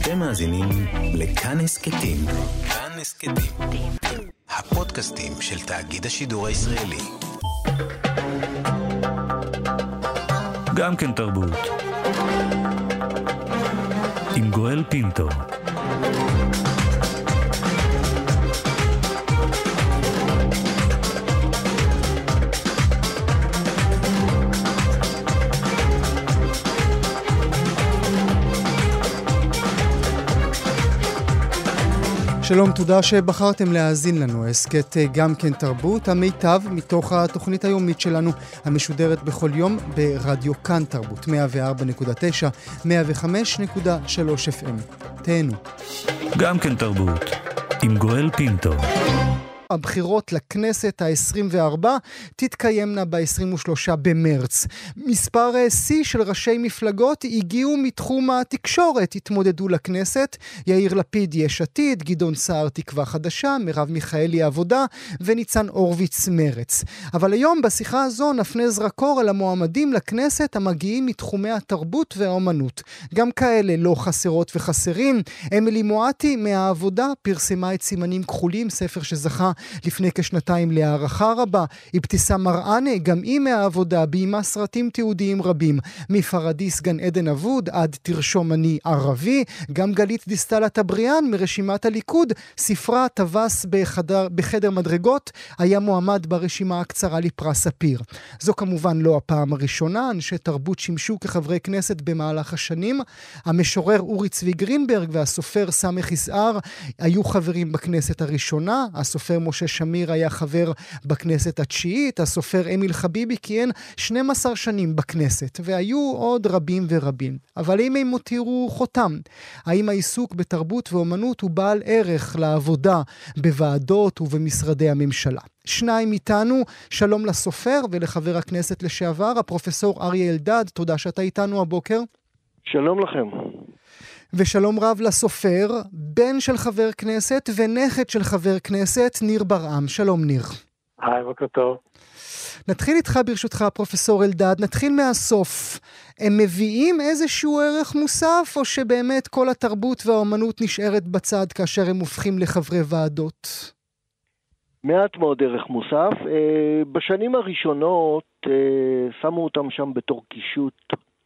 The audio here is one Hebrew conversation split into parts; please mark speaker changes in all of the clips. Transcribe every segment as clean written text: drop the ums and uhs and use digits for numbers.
Speaker 1: אתם מאזינים לכאן הסכתים. כאן הסכתים. הפודקאסטים של תאגיד השידור הישראלי. גם כן תרבות. עם גואל פינטו.
Speaker 2: שלום, תודה שבחרתם להאזין לנו. הסכת גם כן תרבות, המיטב מתוך התוכנית היומית שלנו, המשודרת בכל יום ברדיו כאן תרבות, 104.9, 105.3 FM. תהנו.
Speaker 1: גם כן תרבות, עם גואל פינטו.
Speaker 2: הבחירות לכנסת ה-24 תתקיימנה ב-23 במרץ. מספר C של ראשי מפלגות הגיעו מתחום התקשורת, התמודדו לכנסת, יאיר לפיד יש עתיד, גדעון סער תקווה חדשה, מרב מיכאלי עבודה וניצן הורוביץ מרץ. אבל היום בשיחה הזו נפנה זרקור על המועמדים לכנסת המגיעים מתחומי התרבות והאומנות. גם כאלה לא חסרות וחסרים. אמילי מואטי מהעבודה פרסמה את סימנים כחולים, ספר שזכה לפני כשנתיים להערכה רבה. אבתיסאם מראענה, גם היא מהעבודה, ביימה סרטים תיעודיים רבים, מפרדיס גן עדן אבוד עד תרשום אני ערבי. גם גלית דיסטל אטבריאן מרשימת הליכוד, ספרה טווס בחדר מדרגות, היה מועמד ברשימה הקצרה לפרס ספיר. זו כמובן לא הפעם הראשונה, אנשי תרבות שימשו כחברי כנסת במהלך השנים. המשורר אורי צבי גרינברג והסופר סמך יזהר היו חברים בכנסת הראשונה, הסופר משה שמיר היה חבר בכנסת התשיעית, הסופר אמיל חביבי כיהן 12 שנים בכנסת, והיו עוד רבים ורבים. אבל אם הם הותירו חותם, האם העיסוק בתרבות ואומנות הוא בעל ערך לעבודה בוועדות ובמשרדי הממשלה? שניים איתנו, שלום לסופר ולחבר הכנסת לשעבר, הפרופסור אריה אלדד, תודה שאתה איתנו הבוקר.
Speaker 3: שלום לכם.
Speaker 2: ושלום רב לסופר, בן של חבר כנסת ונכד של חבר כנסת, ניר ברעם. שלום ניר.
Speaker 3: היי, בוקר טוב.
Speaker 2: נתחיל איתך ברשותך פרופסור אלדד, נתחיל מהסוף. הם מביאים איזשהו ערך מוסף, או שבאמת כל התרבות והאומנות נשארת בצד כאשר הם הופכים לחברי ועדות?
Speaker 3: מעט מאוד ערך מוסף. בשנים הראשונות שמו אותם שם בתור קישוט.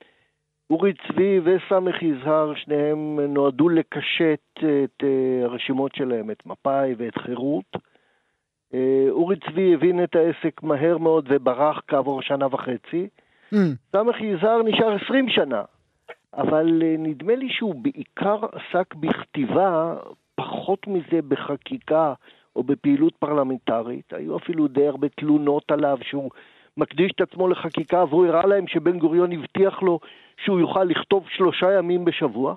Speaker 3: אורי צבי וסמך יזהר, שניהם נועדו לקשט את הרשימות שלהם, את מפאי ואת חירות. אורי צבי הבין את העסק מהר מאוד וברח כעבור שנה וחצי. סמך יזהר נשאר 20 שנה, אבל נדמה לי שהוא בעיקר עסק בכתיבה, פחות מזה בחקיקה או בפעילות פרלמנטרית. היו אפילו די הרבה תלונות עליו שהוא מקדיש את עצמו לחקיקה, והוא הראה להם שבן גוריון הבטיח לו שהוא יוכל לכתוב 3 ימים בשבוע.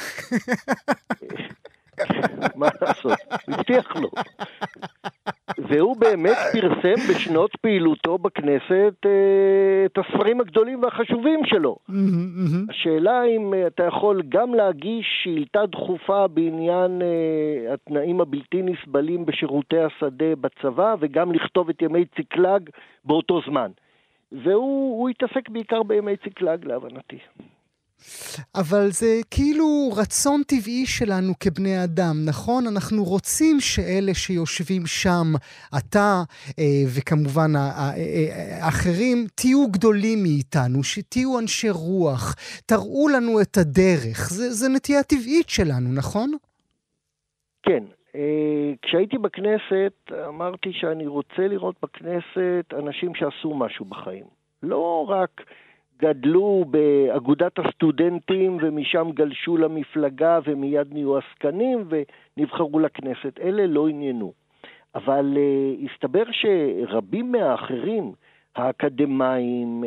Speaker 3: מה לעשות? הבטיח לו. והוא באמת פרסם בשנות פעילותו בכנסת את הספרים הגדולים והחשובים שלו. השאלה אם אתה יכול גם להגיש שאילתה דחופה בעניין התנאים הבלתי נסבלים בשירותי השדה בצבא, וגם לכתוב את ימי ציקלג באותו זמן. והוא התעסק בעיקר בימי ציקלג להבנתי.
Speaker 2: אבל זה כאילו רצון טבעי שלנו כבני אדם, נכון? אנחנו רוצים שאלה שיושבים שם, אתה וכמובן האחרים, תהיו גדולים מאיתנו, שתהיו אנשי רוח, תראו לנו את הדרך. זה נטייה טבעית שלנו, נכון?
Speaker 3: כן. כשהייתי בכנסת, אמרתי שאני רוצה לראות בכנסת אנשים שעשו משהו בחיים. לא רק גדלו באגודת הסטודנטים ומשם גלשו למפלגה ומיד נהיו עסקנים ונבחרו לכנסת. אלה לא עניינו. אבל הסתבר שרבים מהאחרים, האקדמיים,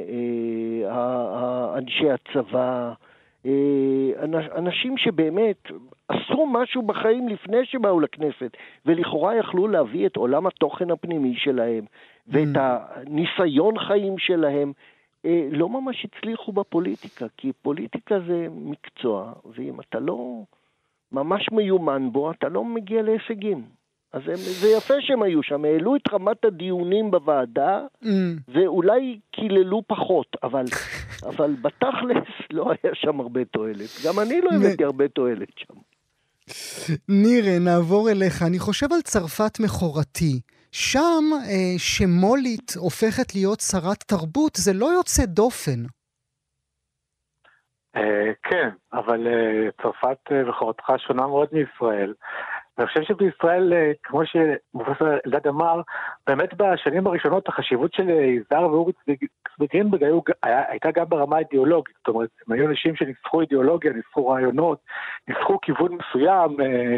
Speaker 3: אנשי הצבא, אנשים שבאמת עשו משהו בחיים לפני שבאו לכנסת, ולכאורה יכלו להביא את עולם התוכן הפנימי שלהם, ואת הניסיון חיים שלהם, לא ממש הצליחו בפוליטיקה, כי פוליטיקה זה מקצוע, ואם אתה לא ממש מיומן בו, אתה לא מגיע להישגים. אז זה יפה שהם היו שם, העלו את רמת הדיונים בוועדה, ואולי קיללו פחות, אבל בתכלס לא היה שם הרבה תועלת. גם אני לא הבאתי הרבה תועלת שם.
Speaker 2: ניר, נעבור אליך. אני חושב על צרפת מכורתי. שם שמולית הופכת להיות שרת תרבות, זה לא יוצא דופן.
Speaker 4: כן, אבל צרפת מכורתך שונה מאוד מישראל. אני חושב שבישראל, כמו שפרופסור אלדד אמר, באמת בשנים הראשונות החשיבות של יזהר ואורי צבי גרינברג הייתה גם ברמה האידיאולוגית. זאת אומרת, הם היו אנשים שניסחו אידיאולוגיה, ניסחו רעיונות, ניסחו כיוון מסוים,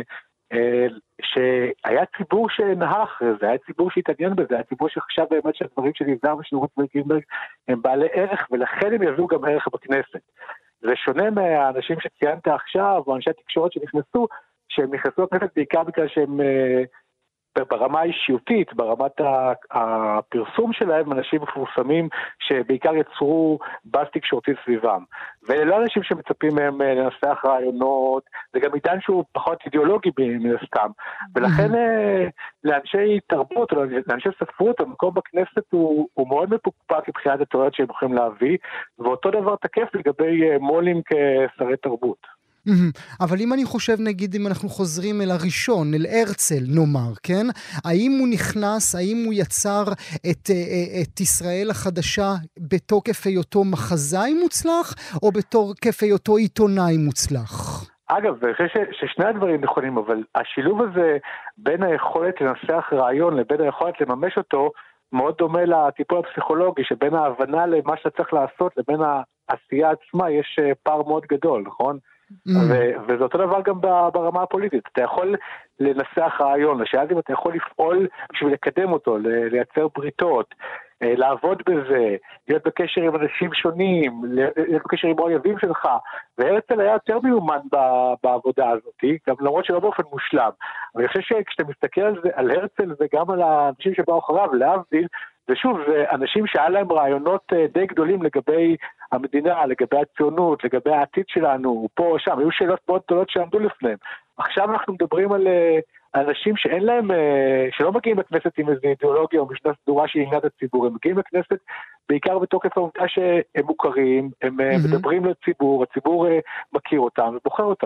Speaker 4: שהיה ציבור שנהך, זה היה ציבור שהתעניין בזה, היה ציבור שחשב באמת שהדברים של יזהר ואורי צבי גרינברג הם בעלי ערך, ולכן הם יביאו גם ערך בכנסת. זה שונה מהאנשים שציינת עכשיו, או אנשי התקשורת שנכנסו, שהם נכנסו לכנסת בעיקר בגלל שהם ברמה האישיותית, ברמת הפרסום שלהם, אנשים מפורסמים שבעיקר יצרו באז תקשורתי סביבם. ואלה לא אנשים שמצפים מהם לנסח רעיונות, זה גם עידן שהוא פחות אידיאולוגי מן הסתם. ולכן לאנשי תרבות, או לאנשי ספרות, המקום בכנסת הוא מאוד מפוקפק מבחינת התיאוריות שהם יכולים להביא, ואותו דבר תקף לגבי מולים כשרי תרבות.
Speaker 2: אבל אם אני חושב, נגיד, אם אנחנו חוזרים אל הראשון, אל הרצל, נאמר, כן? האם הוא נכנס, האם הוא יצר את ישראל החדשה בתוקף היותו מחזאי מוצלח, או בתוקף היותו עיתונאי מוצלח?
Speaker 4: אגב, אני חושב ששני הדברים נכונים, אבל השילוב הזה בין היכולת לנסח רעיון לבין היכולת לממש אותו, מאוד דומה לטיפול הפסיכולוגי, שבין ההבנה למה שאתה צריך לעשות לבין העשייה עצמה, יש פער מאוד גדול, נכון? וזה אותו דבר גם ברמה הפוליטית. אתה יכול לנסח רעיון, השאלה אם אתה יכול לפעול בשביל לקדם אותו, לייצר בריתות, לעבוד בזה, להיות בקשר עם אנשים שונים, להיות בקשר עם האויבים שלך. והרצל היה יותר מיומן בעבודה הזאת, גם למרות שלא באופן מושלם. אבל אני חושב שכשאתה מסתכל על הרצל וגם על האנשים שבאו אחריו, להבדיל, ושוב, זה אנשים שהיה להם רעיונות די גדולים לגבי המדינה, לגבי הציונות, לגבי העתיד שלנו, פה או שם, היו שאלות מאוד גדולות שעמדו לפניהם. עכשיו אנחנו מדברים על אנשים שאין להם, שלא מגיעים לכנסת עם איזו אידיאולוגיה או משנה סדורה שהיא עניין הציבור, הם מגיעים לכנסת בעיקר בתוקף העובדה שהם מוכרים, הם מדברים לציבור, הציבור מכיר אותם ובוחר אותם.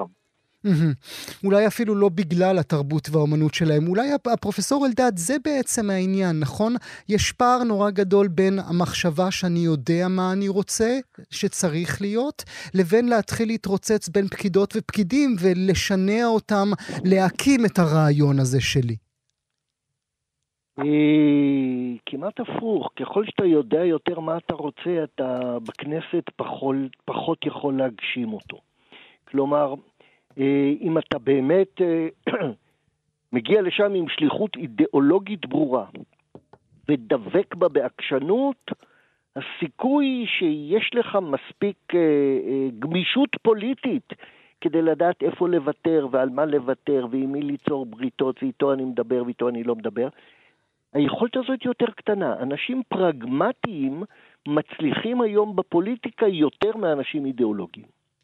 Speaker 2: אולי אפילו לא בגלל התרבות והאומנות שלהם, אולי הפרופסור אלדד, זה בעצם העניין, נכון? יש פער נורא גדול בין המחשבה שאני יודע מה אני רוצה, שצריך להיות, לבין להתחיל להתרוצץ בין פקידות ופקידים ולשנע אותם להקים את הרעיון הזה שלי.
Speaker 3: כמעט הפוך, ככל שאתה יודע יותר מה אתה רוצה, אתה בכנסת פחות יכול להגשים אותו. כלומר, אם אתה באמת מגיע לשם עם שליחות אידיאולוגית ברורה ודבק בה בעקשנות, הסיכוי שיש לך מספיק גמישות פוליטית כדי לדעת איפה לוותר ועל מה לוותר ועם מי ליצור בריתות, ואיתו אני מדבר ואיתו אני לא מדבר, היכולת הזאת יותר קטנה. אנשים פרגמטיים מצליחים היום בפוליטיקה יותר מאנשים אידיאולוגיים.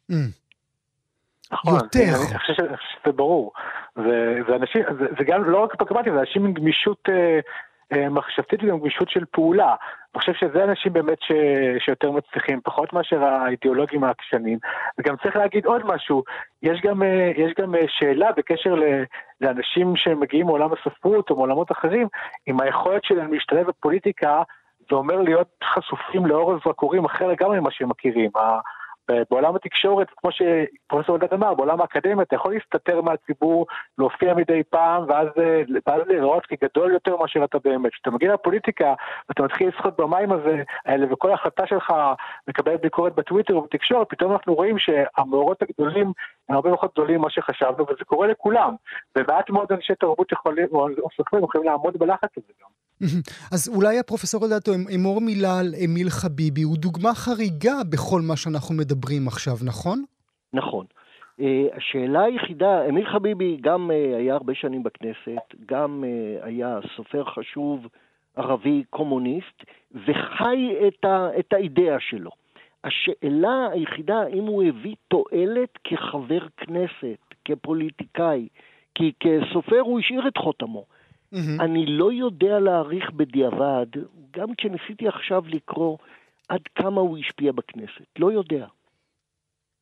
Speaker 4: נכון, אני חושב שזה ברור. זה גם לא רק פרגמטי, זה אנשים עם גמישות מחשבתית וגם גמישות של פעולה. אני חושב שזה אנשים באמת שיותר מצליחים, פחות מאשר האידיאולוגים העקשנים. וגם צריך להגיד עוד משהו, יש גם שאלה בקשר לאנשים שמגיעים מעולם הספרות או מעולמות אחרים, עם היכולת שלהם להשתלב בפוליטיקה, זה אומר להיות חשופים לאור הזרקורים אחר לגמרי ממה שהם מכירים. בעולם התקשורת, כמו שפרופסור אלדד אמר, בעולם האקדמיה, אתה יכול להסתתר מהציבור, להופיע מדי פעם, ואז לראות כגדול יותר מאשר אתה באמת. כשאתה מגיע לפוליטיקה, ואתה מתחיל לשחות במים האלה, וכל החלטה שלך מקבלת ביקורת בטוויטר ובתקשורת, פתאום אנחנו רואים שהמאורות הגדולים הם הרבה פחות גדולים ממה שחשבנו, וזה קורה לכולם. ומעט מאוד אנשי תרבות יכולים לעמוד בלחץ הזה גם.
Speaker 2: אז אולי הפרופסור אלדד אמור מילה על אמיל חביבי, הוא דוגמה חריגה בכל מה שאנחנו מדברים עכשיו, נכון?
Speaker 3: נכון. השאלה היחידה, אמיל חביבי גם היה הרבה שנים בכנסת, גם היה סופר חשוב ערבי קומוניסט, וחי את האידאה שלו. השאלה היחידה, אם הוא הביא תועלת כחבר כנסת, כפוליטיקאי, כי כסופר הוא השאיר את חותמו. אני לא יודע להעריך בדיעבד, גם כשניסיתי עכשיו לקרוא עד כמה הוא השפיע בכנסת. לא יודע.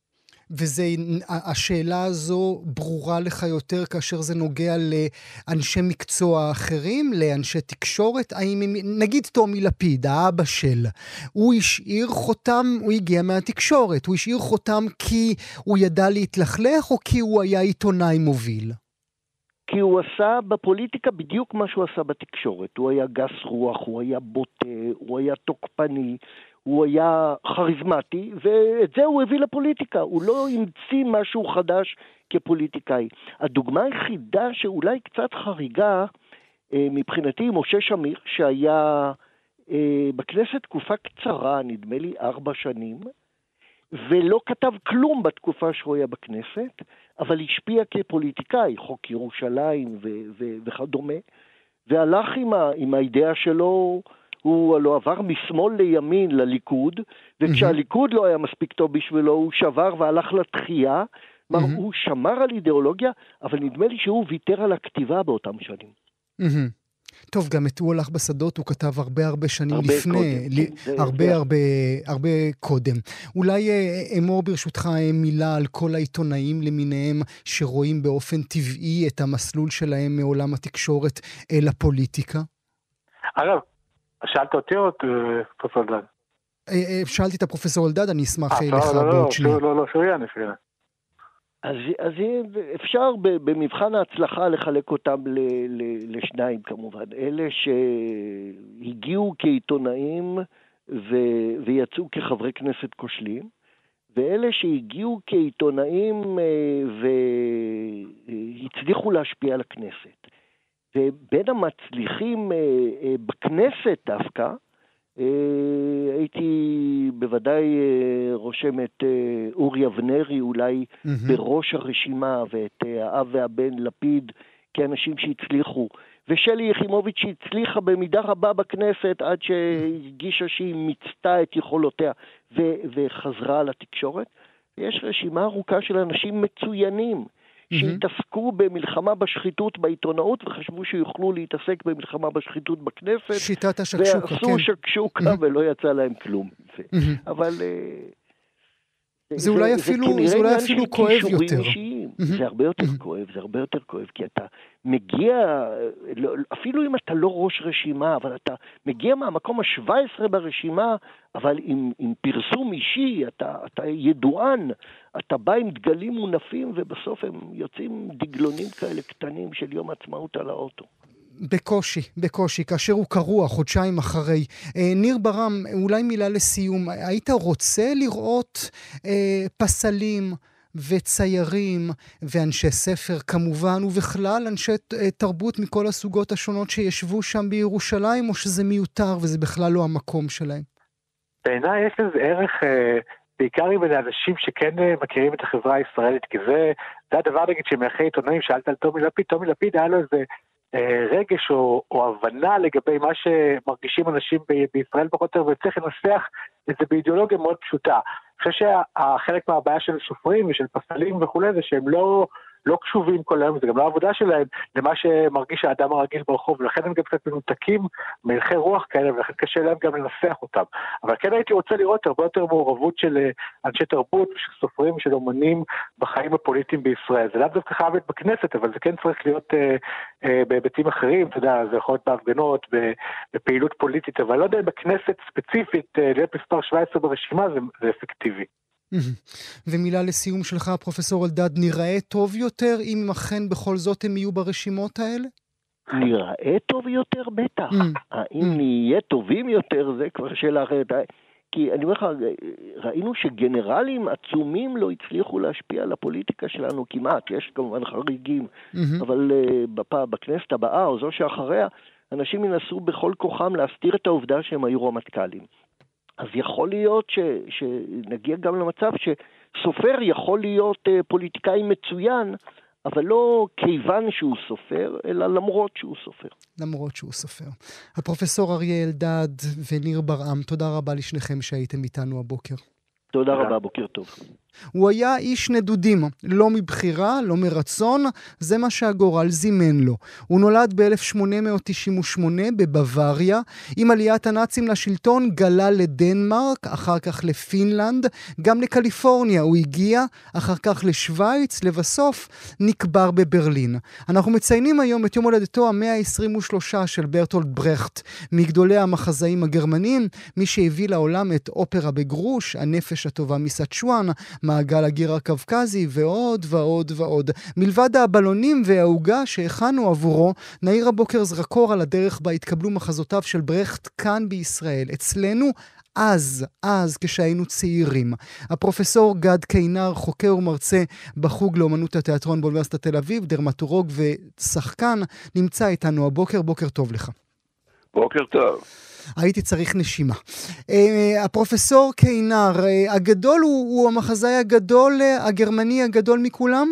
Speaker 2: השאלה הזו ברורה לך יותר כאשר זה נוגע לאנשי מקצוע אחרים, לאנשי תקשורת? נגיד תומי לפיד, האבא של, הוא השאיר חותם, הוא הגיע מהתקשורת, הוא השאיר חותם כי הוא ידע להתלכלך או כי הוא היה עיתונאי מוביל?
Speaker 3: כי הוא עשה בפוליטיקה בדיוק מה שהוא עשה בתקשורת. הוא היה גס רוח, הוא היה בוטה, הוא היה תוקפני, הוא היה חריזמטי, ואת זה הוא הביא לפוליטיקה. הוא לא המציא משהו חדש כפוליטיקאי. הדוגמה היחידה שאולי קצת חריגה מבחינתי, משה שמיר, שהיה בכנסת תקופה קצרה, נדמה לי 4 שנים, ולא כתב כלום בתקופה שהוא היה בכנסת, אבל השפיע כפוליטיקאי, חוק ירושלים וכדומה, והלך עם האידאה שלו. הוא לא עבר משמאל לימין לליכוד, וכשהליכוד לא היה מספיק טוב בשבילו, הוא שבר והלך לתחייה. הוא שמר על אידיאולוגיה, אבל נדמה לי שהוא ויתר על הכתיבה באותם שנים.
Speaker 2: טוב, גם את הוא הלך בשדות, הוא כתב הרבה שנים לפני, הרבה קודם. אולי אמור ברשותך מילה על כל העיתונאים למיניהם שרואים באופן טבעי את המסלול שלהם מעולם התקשורת אל הפוליטיקה?
Speaker 4: אגב, שאלת אותי או פרופסור אלדד?
Speaker 2: שאלתי את הפרופסור אלדד, אני אשמח לך בעוד שנייה.
Speaker 4: לא, שריין.
Speaker 3: אז אפשר במבחן ההצלחה לחלק אותם לשניים כמובן. אלה שהגיעו כעיתונאים ויצאו כחברי כנסת כושלים, ואלה שהגיעו כעיתונאים והצליחו להשפיע על הכנסת. ובין המצליחים בכנסת דווקא, הייתי בוודאי רושם את אורי אבנרי אולי בראש הרשימה, ואת האב והבן לפיד כאנשים שהצליחו, ושלי יחימוביץ' שהצליחה במידה רבה בכנסת עד שהגישה שהיא מיצתה את יכולותיה וחזרה לתקשורת. יש רשימה ארוכה של אנשים מצוינים שהתעסקו במלחמה בשחיתות בעיתונאות, וחשבו שיוכלו להתעסק במלחמה בשחיתות בכנסת.
Speaker 2: שיטת השקשוקה, כן.
Speaker 3: ועשו שקשוקה ולא יצא להם כלום. אבל
Speaker 2: זה אולי אפילו כואב יותר.
Speaker 3: זה הרבה יותר כואב, כי אתה מגיע, אפילו אם אתה לא ראש רשימה, אבל אתה מגיע מהמקום ה-17 ברשימה, אבל עם פרסום אישי, אתה ידוען, אתה בא עם דגלים מונפים, ובסוף הם יוצאים דגלונים כאלה קטנים של יום עצמאות על האוטו.
Speaker 2: בקושי, כאשר הוא קרוע, חודשיים אחרי. ניר ברם, אולי מילה לסיום, היית רוצה לראות פסלים וציירים ואנשי ספר כמובן, ובכלל אנשי תרבות מכל הסוגות השונות שישבו שם בירושלים, או שזה מיותר וזה בכלל לא המקום שלהם?
Speaker 4: בעיניי יש לזה ערך בעיקר עם אנשים שכן מכירים את החברה הישראלית, כי זה הדבר נגיד שמאחרי עיתונאים, שאלת על תומי לפיד, היה לו איזה רגש או הבנה לגבי מה שמרגישים אנשים בישראל פחות או יותר, וצריך לנסח את זה באידיאולוגיה מאוד פשוטה. אני חושב שהחלק מהבעיה של סופרים ושל פסלים וכו' זה שהם לא קשובים כל היום, זה גם לא העבודה שלהם למה שמרגיש האדם הרגיל ברחוב, ולכן הם גם קצת מנותקים מלכי רוח כאלה, ולכן קשה להם גם לנסח אותם. אבל כן הייתי רוצה לראות הרבה יותר מעורבות של אנשי תרבות, של סופרים, של אומנים בחיים הפוליטיים בישראל. זה לאו דווקא חייב להיות בכנסת, אבל זה כן צריך להיות בהיבטים אחרים, אתה יודע, זה יכול להיות בהפגנות, בפעילות פוליטית, אבל לא יודע, בכנסת ספציפית, להיות מספר 17 ברשימה, זה אפקטיבי.
Speaker 2: ומילה לסיום שלך, פרופסור אלדד, נראה טוב יותר אם אכן בכל זאת הם יהיו ברשימות האלה?
Speaker 3: נראה טוב יותר בטח. האם נהיה טובים יותר זה כבר שאלה אחרת. כי אני אומר לך, ראינו שגנרלים עצומים לא הצליחו להשפיע על הפוליטיקה שלנו כמעט. יש כמובן חריגים, אבל בכנסת הבאה או זו שאחריה, אנשים ינסו בכל כוחם להסתיר את העובדה שהם היו רמטכ"לים. אז יכול להיות שנגיע גם למצב שסופר יכול להיות פוליטיקאי מצוין, אבל לא כיוון שהוא סופר, אלא למרות שהוא סופר.
Speaker 2: למרות שהוא סופר. הפרופסור אריה אלדד וניר ברעם, תודה רבה לשניכם שהייתם איתנו הבוקר.
Speaker 3: תודה רבה, בוקר טוב.
Speaker 2: הוא היה איש נדודים, לא מבחירה, לא מרצון, זה מה שהגורל זימן לו. הוא נולד ב-1898 בבוואריה, עם עליית הנאצים לשלטון גלה לדנמרק, אחר כך לפינלנד, גם לקליפורניה הוא הגיע, אחר כך לשוויץ, לבסוף נקבר בברלין. אנחנו מציינים היום את יום הולדתו ה-123 של ברטולד ברכט, מגדולי המחזאים הגרמנים, מי שהביא לעולם את אופרה בגרוש, הנפש הטובה מסצ'ואן, מעגל הגיר הקווקזי ועוד ועוד ועוד. מלבד הבלונים והעוגה שהכנו עבורו, נעיר הבוקר זרקור על הדרך בה התקבלו מחזותיו של ברכט כאן בישראל, אצלנו, אז כשהיינו צעירים. הפרופסור גד קיינר, חוקר ומרצה בחוג לאומנות התיאטרון באוניברסיטת תל אביב, דרמטורג ושחקן, נמצא איתנו הבוקר. בוקר טוב לך.
Speaker 5: בוקר טוב.
Speaker 2: הייתי צריך נשימה. הפרופסור קיינר, הגדול הוא המחזאי הגדול, הגרמני הגדול מכולם?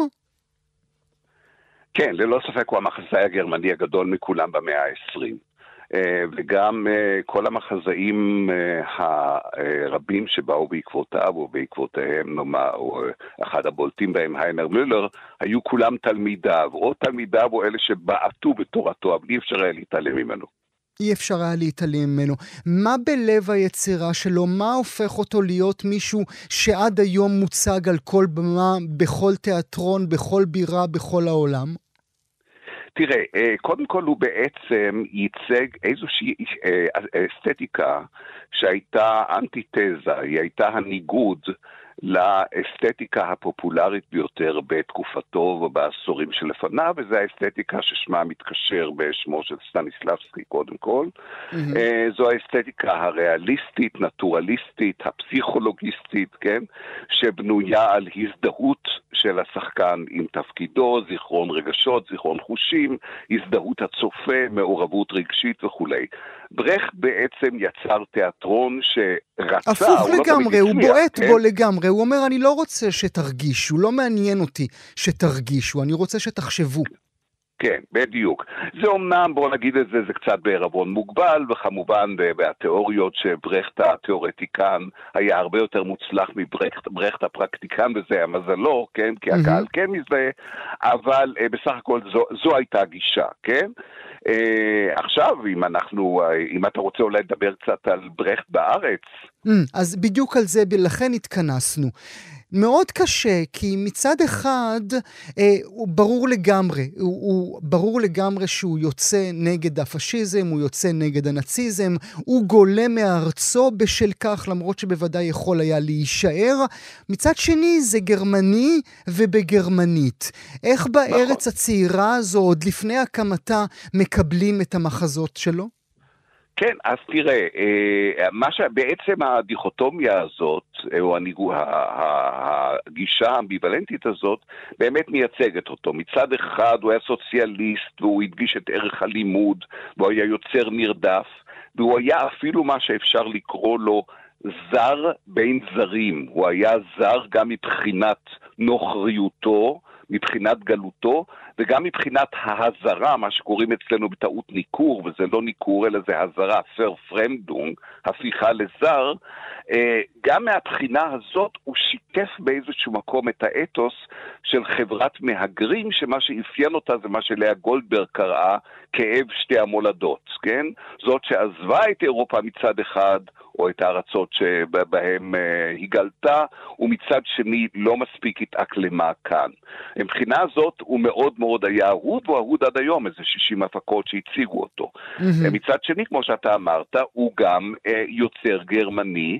Speaker 5: כן, ללא ספק הוא המחזאי הגרמני הגדול מכולם במאה ה-20. וגם כל המחזאים הרבים שבאו בעקבותיו או בעקבותיהם, נאמר, אחד הבולטים בהם, היינר מולר, היו כולם תלמידיו, או תלמידיו או אלה שבעטו בתורתו, אבל אי אפשר היה להתעלם ממנו.
Speaker 2: אי אפשר היה להתעלם ממנו. מה בלב היצירה שלו? מה הופך אותו להיות מישהו שעד היום מוצג על כל במה, בכל תיאטרון, בכל בירה, בכל העולם?
Speaker 5: תראה, קודם כל הוא בעצם ייצג איזושהי אסתטיקה שהייתה אנטיתזה, היא הייתה הניגוד לאסתטיקה הפופולרית ביותר בתקופתו ובעשורים שלפניו, וזו האסתטיקה ששמה מתקשר בשמו של סטניסלבסקי קודם כל. זו האסתטיקה הריאליסטית, נטורליסטית, הפסיכולוגיסטית, כן? שבנויה על הזדהות של השחקן עם תפקידו, זיכרון רגשות, זיכרון חושים, הזדהות הצופה, מעורבות רגשית וכו'. ברכט בעצם יצר תיאטרון שרצה,
Speaker 2: הפוך לגמרי, הוא בועט בו לגמרי, הוא אומר אני לא רוצה שתרגישו, לא מעניין אותי שתרגישו, אני רוצה שתחשבו.
Speaker 5: כן, בדיוק. זה אומנם, בוא נגיד את זה, זה קצת בערבון מוגבל, וכמובן בתיאוריות שברכט התיאורטיקן היה הרבה יותר מוצלח מברכט הפרקטיקן, וזה היה מזלו, כן? כי הקהל כן מזה, אבל בסך הכל זו הייתה גישה, כן? עכשיו, אם אתה רוצה אולי לדבר קצת על ברכט בארץ.
Speaker 2: אז בדיוק על זה, לכן התכנסנו. מאוד קשה, כי מצד אחד הוא ברור לגמרי שהוא יוצא נגד הפשיזם, הוא יוצא נגד הנאציזם, הוא גולה מארצו בשל כך, למרות שבוודאי יכול היה להישאר. מצד שני זה גרמני ובגרמנית. איך בארץ הצעירה הזו, עוד לפני הקמתה, מקבלים את המחזות שלו?
Speaker 5: כן, אז תראה, בעצם הדיכוטומיה הזאת, או הגישה האמביוולנטית הזאת, באמת מייצגת אותו. מצד אחד הוא היה סוציאליסט, והוא הדגיש את ערך הלימוד, והוא היה יוצר נרדף, והוא היה אפילו מה שאפשר לקרוא לו זר בין זרים. הוא היה זר גם מבחינת נוכריותו, מבחינת גלותו, וגם מבחינת ההזרה, מה שקוראים אצלנו בטעות ניקור, וזה לא ניקור, אלא זה הזרה, פרפרמדונג, הפיכה לזר, גם מהבחינה הזאת הוא שיקף באיזשהו מקום את האתוס של חברת מהגרים, שמה שאפיין אותה זה מה שלאה גולדברג קראה כאב שתי המולדות, כן? זאת שעזבה את אירופה מצד אחד, או את הארצות שבהם היא גלתה, ומצד שני לא מספיק התאקלמה כאן. מבחינה הזאת הוא מאוד מאוד היה אהוד, והוא אהוד עד היום, איזה 60 הפקות שהציגו אותו. מצד שני, כמו שאתה אמרת, הוא גם יוצר גרמני,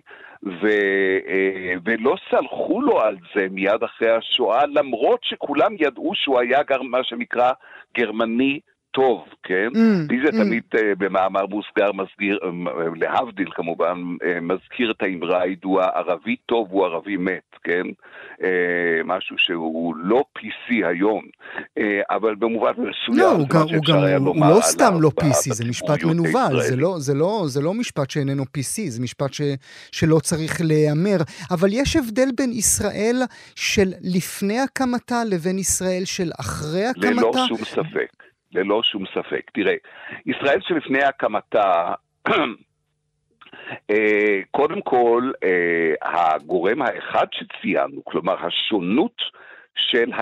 Speaker 5: ולא סלחו לו על זה מיד אחרי השואה, למרות שכולם ידעו שהוא היה גם מה שנקרא גרמני טוב, כן? זה תמיד במאמר מוסגר מזכיר, להבדיל כמובן, מזכיר את האמרה הידועה, ערבי טוב הוא ערבי מת, כן? משהו שהוא לא PC היום, אבל במובן מסוים,
Speaker 2: הוא לא סתם לא PC, זה משפט מנוול, זה לא משפט שאיננו PC, זה משפט שלא צריך להיאמר, אבל יש הבדל בין ישראל של לפני הקמתה לבין ישראל של אחרי הקמתה?
Speaker 5: ללא שום ספק. ללא שום ספק. תראה, ישראל שלפני הקמתה קודם כל, הגורם האחד שציינו, כלומר השונות של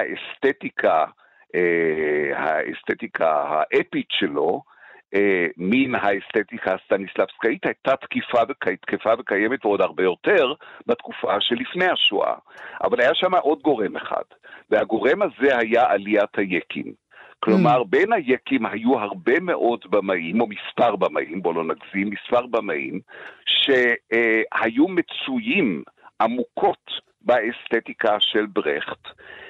Speaker 5: האסתטיקה האפית שלו, מן האסתטיקה הסטניסלבסקאית, הייתה תקפה וקיימת ועוד הרבה יותר בתקופה שלפני השואה. אבל היה שם עוד גורם אחד, והגורם הזה היה עליית היקים. כלומר, בין היקים היו הרבה מאוד במאים, או מספר במאים, בוא לא נגזים, מספר במאים, שהיו מצויים עמוקות באסתטיקה של ברכט,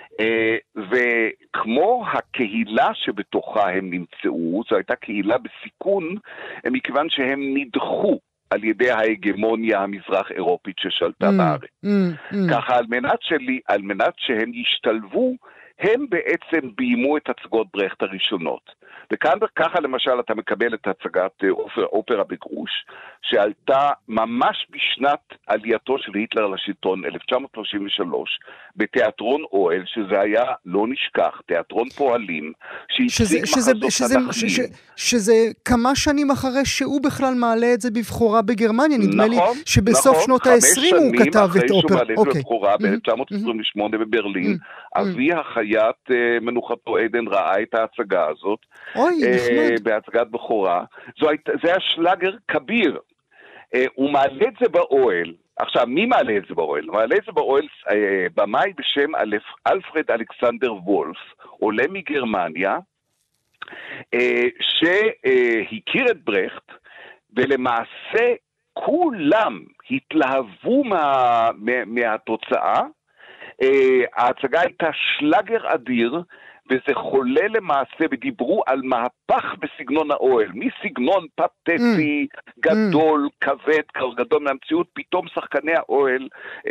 Speaker 5: וכמו הקהילה שבתוכה הם נמצאו, זו הייתה קהילה בסיכון, מכיוון שהם נדחו על ידי ההגמוניה המזרח אירופית ששלטה בארץ. ככה על מנת שהם ישתלבו, הם בעצם ביימו את הצגות ברכט הראשונות. וככה למשל אתה מקבל את הצגת אופרה בגרוש, שעלתה ממש בשנת עלייתו של היטלר לשלטון, 1933, בתיאטרון אוהל, שזה היה, לא נשכח, תיאטרון פועלים, שהציג מחזות תנ"כיים.
Speaker 2: שזה כמה שנים אחרי שהוא בכלל מעלה את זה בבחורה בגרמניה, נדמה לי שבסוף שנות ה-20 הוא כתב את אופרה. 5 שנים אחרי שהוא מעלה את זה בבחורה, ב-1928 בברלין, אבי החיית מנוחתו עדן ראה את ההצגה הזאת, בהצגת בחורה. זה היה שלאגר כביר. הוא מעלה את זה באוהל. עכשיו, מי מעלה את זה באוהל? מעלה את זה באוהל במאי בשם אלפרד אלכסנדר וולף, עולה מגרמניה, שהכיר את ברכט, ולמעשה כולם התלהבו מהתוצאה. ההצגה הייתה שלאגר אדיר, וזה חולה למעשה, ודיברו על מהפך בסגנון האוהל, מסגנון פתטי, גדול, כבד, גדול מהמציאות, פתאום שחקני האוהל,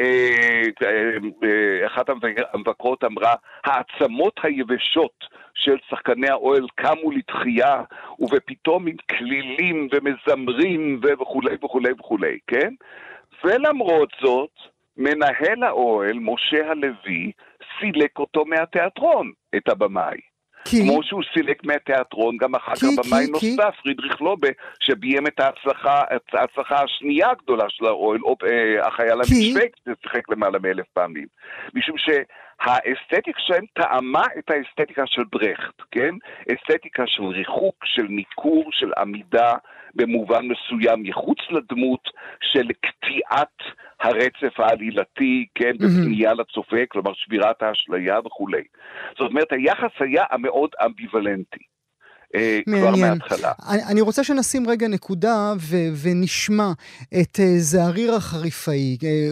Speaker 2: אחת המבקרות אמרה, העצמות היבשות של שחקני האוהל קמו לתחייה, ופתאום עם כלילים ומזמרים וכולי וכולי וכולי, כן? ולמרות זאת, מנהל האוהל, משה הלוי, סילק אותו מהתיאטרון, את הבמאי. כמו שהוא סילק מהתיאטרון, גם אחר כך במאי נוסף, פרידריך לובה, שביים את ההצלחה השנייה הגדולה של האוהל, החייל המשפק, זה שיחק למעלה מ1,000 פעמים. משום שהאסתטיקה שלהם טעמה את האסתטיקה של ברכט, כן? אסתטיקה של ריחוק, של ניכור, של עמידה, במובן מסוים מחוץ לדמות, של קטיעת הרצף העלילתי, כן, בפנייה לצופה, כלומר שבירת האשליה וכולי. זאת אומרת, היחס היה המאוד אמביוולנטי. כבר מההתחלה. אני רוצה שנשים רגע נקודה ונשמע את זעריר החריפאי,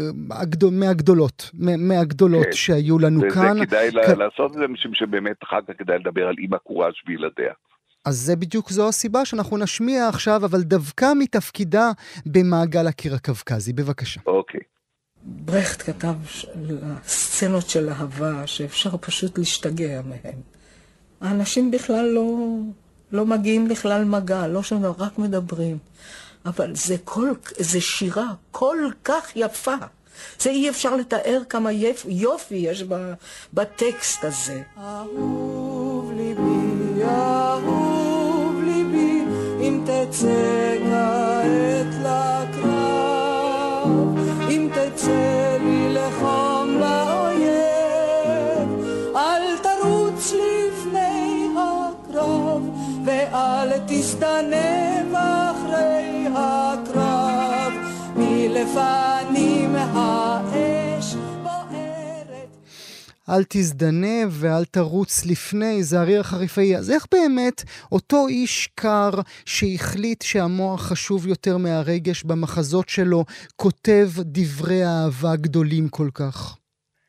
Speaker 2: מהגדולות שהיו לנו כאן.
Speaker 5: וזה כדאי לעשות את זה, משום שבאמת אחר כך כדאי לדבר על אמא קוראז' וילדיה.
Speaker 2: אז זה בדיוק זו הסיבה שאנחנו נשמיע עכשיו, אבל דווקא מתפקידה במעגל הקיר הקווקזי. בבקשה.
Speaker 5: אוקיי.
Speaker 6: ברכט כתב סצנות של אהבה שאפשר פשוט להשתגע מהם. האנשים בכלל לא מגיעים לכלל מגע, לא שומעים, רק מדברים. אבל זה שירה כל כך יפה. זה אי אפשר לתאר כמה יופי יש בטקסט הזה. אהוב ליבי, אהוב ליבי, אם תצא כעת לקרב, אם תצא לי לחום לאויב, אל תרוץ לפני הקרב, ואל תסתנב אחרי הקרב, מלפנים האש בוערת.
Speaker 2: אל תזדנב ואל תרוץ לפני, זעריר החריפאי. אז איך באמת אותו איש קר שהחליט שהמוח חשוב יותר מהרגש במחזות שלו, כותב דברי אהבה גדולים כל כך?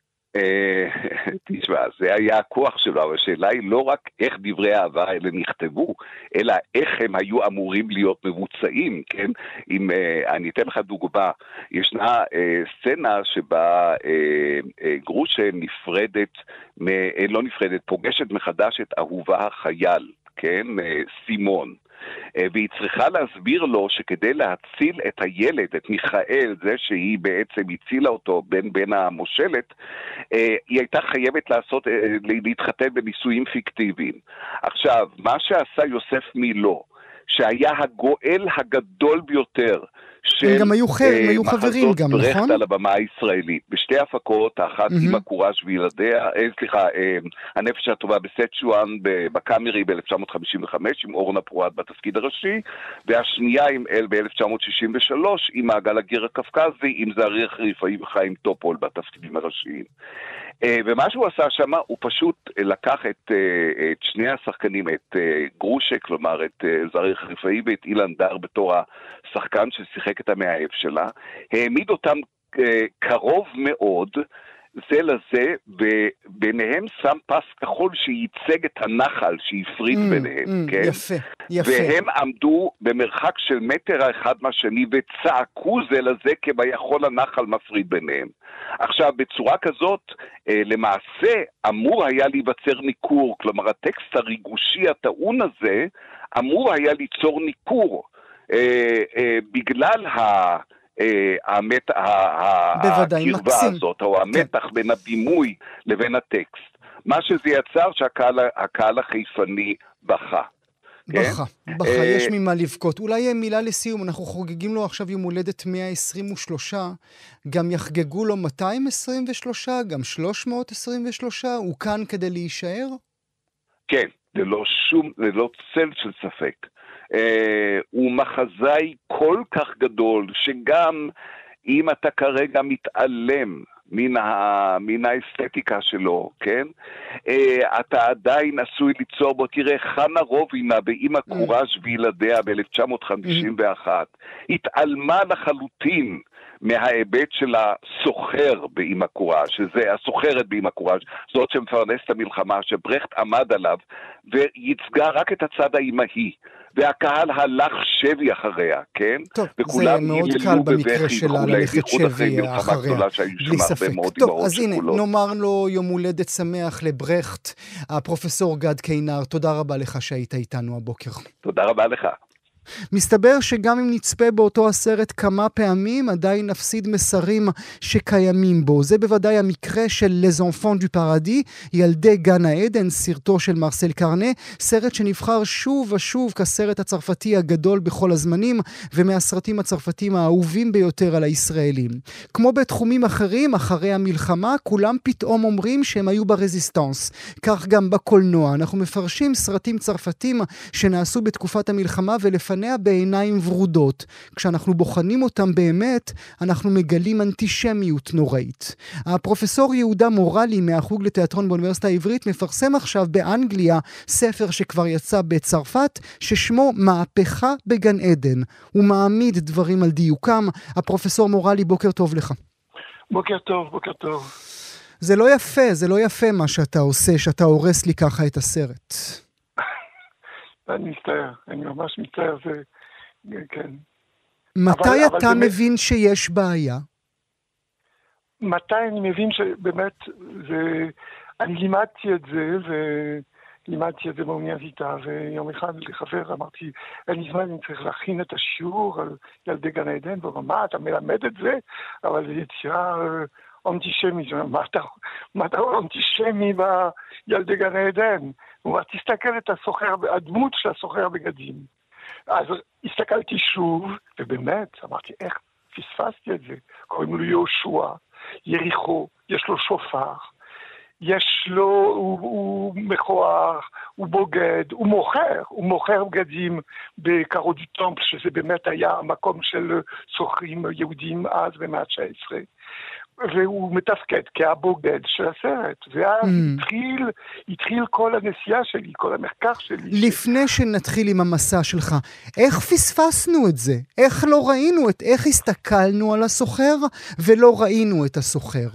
Speaker 5: תשמע, זה היה הכוח שלו, אבל השאלה היא לא רק איך דברי האהבה האלה נכתבו, אלא איך הם היו אמורים להיות מבוצעים, כן? אם אני אתן לך דוגמה, ישנה סצנה שבה גרושה פוגשת מחדש את אהובה החייל, כן? סימון. והיא צריכה להסביר לו שכדי להציל את הילד, את מיכאל, זה שהיא בעצם הצילה אותו בין המושלת, היא הייתה חייבת להתחתן בנישואים פיקטיביים. עכשיו, מה שעשה יוסף מילו, שהיה הגואל הגדול ביותר של
Speaker 2: גם היו חברים גם, נכון?
Speaker 5: ברכט על הבמה הישראלית. בשתי הפקות, האחת עם הקורש וילדיה, הנפש הטובה בסצ'ואן בקאמרי ב-1955, עם אורנה פרואט בתפקיד הראשי, והשנייה עם ב-1963, עם מעגל הגר הקפקזי, עם זעריך ריפאי וחיים טופול בתפקידים הראשיים. ומה שהוא עשה שם, הוא פשוט לקח את שני השחקנים, את גרושק, כלומר את זעריך ריפאי ואת אילן דר בתור השחקן ששיחק את המאהב שלה, העמיד אותם קרוב מאוד זה לזה, וביניהם שם פס כחול שייצג את הנחל שהפריד ביניהם, כן?
Speaker 2: יפה, יפה.
Speaker 5: והם עמדו במרחק של מטר אחד מהשני וצעקו זה לזה כביכול הנחל מפריד ביניהם. עכשיו, בצורה כזאת, למעשה אמור היה להיווצר ניכור, כלומר הטקסט הריגושי הטעון הזה אמור היה ליצור ניכור, בגלל הקרבה הזאת, או המתח בין הבימוי לבין הטקסט. מה שזה יצר שהקהל החיפני בכה.
Speaker 2: בכה, יש ממה לבכות. אולי מילה לסיום, אנחנו חוגגים לו עכשיו יום הולדת 123, גם יחגגו לו 223, גם 323, הוא כאן כדי להישאר?
Speaker 5: כן, ללא צל של ספק. הוא מחזאי כל כך גדול, שגם אם אתה כרגע מתעלם מן האסתטיקה שלו, כן? אתה עדיין עשוי ליצור בו, תראה, חנה רובינה באמא קורש וילדיה ב-1951, התעלמה לחלוטין מההיבט של הסוחר באמא קורש, שזה הסוחרת באמא קורש, זאת שמפרנסת המלחמה, שברכט עמד עליו, וייצגה רק את הצד האימהי. והקהל הלך שבי אחריה, כן?
Speaker 2: טוב, זה מאוד קל במקרה שלה ללכת שבי אחריה, בלי ספק. טוב, אז הנה, נאמר לו יום הולדת שמח לברכט. הפרופסור גד קיינר, תודה רבה לך שהיית איתנו הבוקר.
Speaker 5: תודה רבה לך.
Speaker 2: מסתבר שגם אם נצפה באותו הסרט כמה פעמים, עדיין נפסיד מסרים שקיימים בו. זה בוודאי המקרה של Les Enfants du Paradis, ילדי גן העדן, סרטו של מרסל קרנה, סרט שנבחר שוב ושוב כסרט הצרפתי הגדול בכל הזמנים, ומהסרטים הצרפתיים האהובים ביותר על הישראלים. כמו בתחומים אחרים, אחרי המלחמה, כולם פתאום אומרים שהם היו ברזיסטנס. כך גם בקולנוע. אנחנו מפרשים סרטים צרפתים שנעשו בתקופת המלחמה ולפני בעיניים ורודות. כשאנחנו בוחנים אותם באמת, אנחנו מגלים אנטישמיות נוראית. הפרופסור יהודה מורלי מהחוג לתיאטרון באוניברסיטה העברית מפרסם עכשיו באנגליה ספר שכבר יצא בצרפת, ששמו מהפכה בגן עדן. הוא מעמיד דברים על דיוקם. הפרופסור מורלי, בוקר טוב לך.
Speaker 7: בוקר טוב, בוקר טוב.
Speaker 2: זה לא יפה מה שאתה עושה, שאתה הורס לי ככה את הסרט.
Speaker 7: אני מצטער, אני ממש מצטער, זה, כן.
Speaker 2: מתי אתה מבין שיש בעיה?
Speaker 7: מתי אני מבין שבאמת, אני לימדתי את זה, באוניברסיטה, ויום אחד לחבר אמרתי, אין לי זמן, אני צריך להכין את השיעור על ילדי גן עדן, ומה, אתה מלמד את זה, אבל זה יצירה אנטישמית, מה אתה אנטישמי בילדי גן עדן? הוא אמר, תסתכל את הדמות של הסוחר בגדים. אז הסתכלתי שוב, ובאמת, אמרתי, איך פספסתי את זה? קוראים לו יהושע, יריחו, יש לו שופר, הוא מכוער, הוא בוגד, הוא מוכר בגדים בקארו דו טמפל, שזה באמת היה המקום של סוחרים יהודים אז במאה ה-19. והוא מתפקד כהבוגד של הסרט, ואז התחיל כל הנסיעה שלי, כל המחקר שלי.
Speaker 2: לפני שנתחיל עם המסע שלך, איך פספסנו את זה? איך לא ראינו איך הסתכלנו על הסוחר ולא ראינו את הסוחר?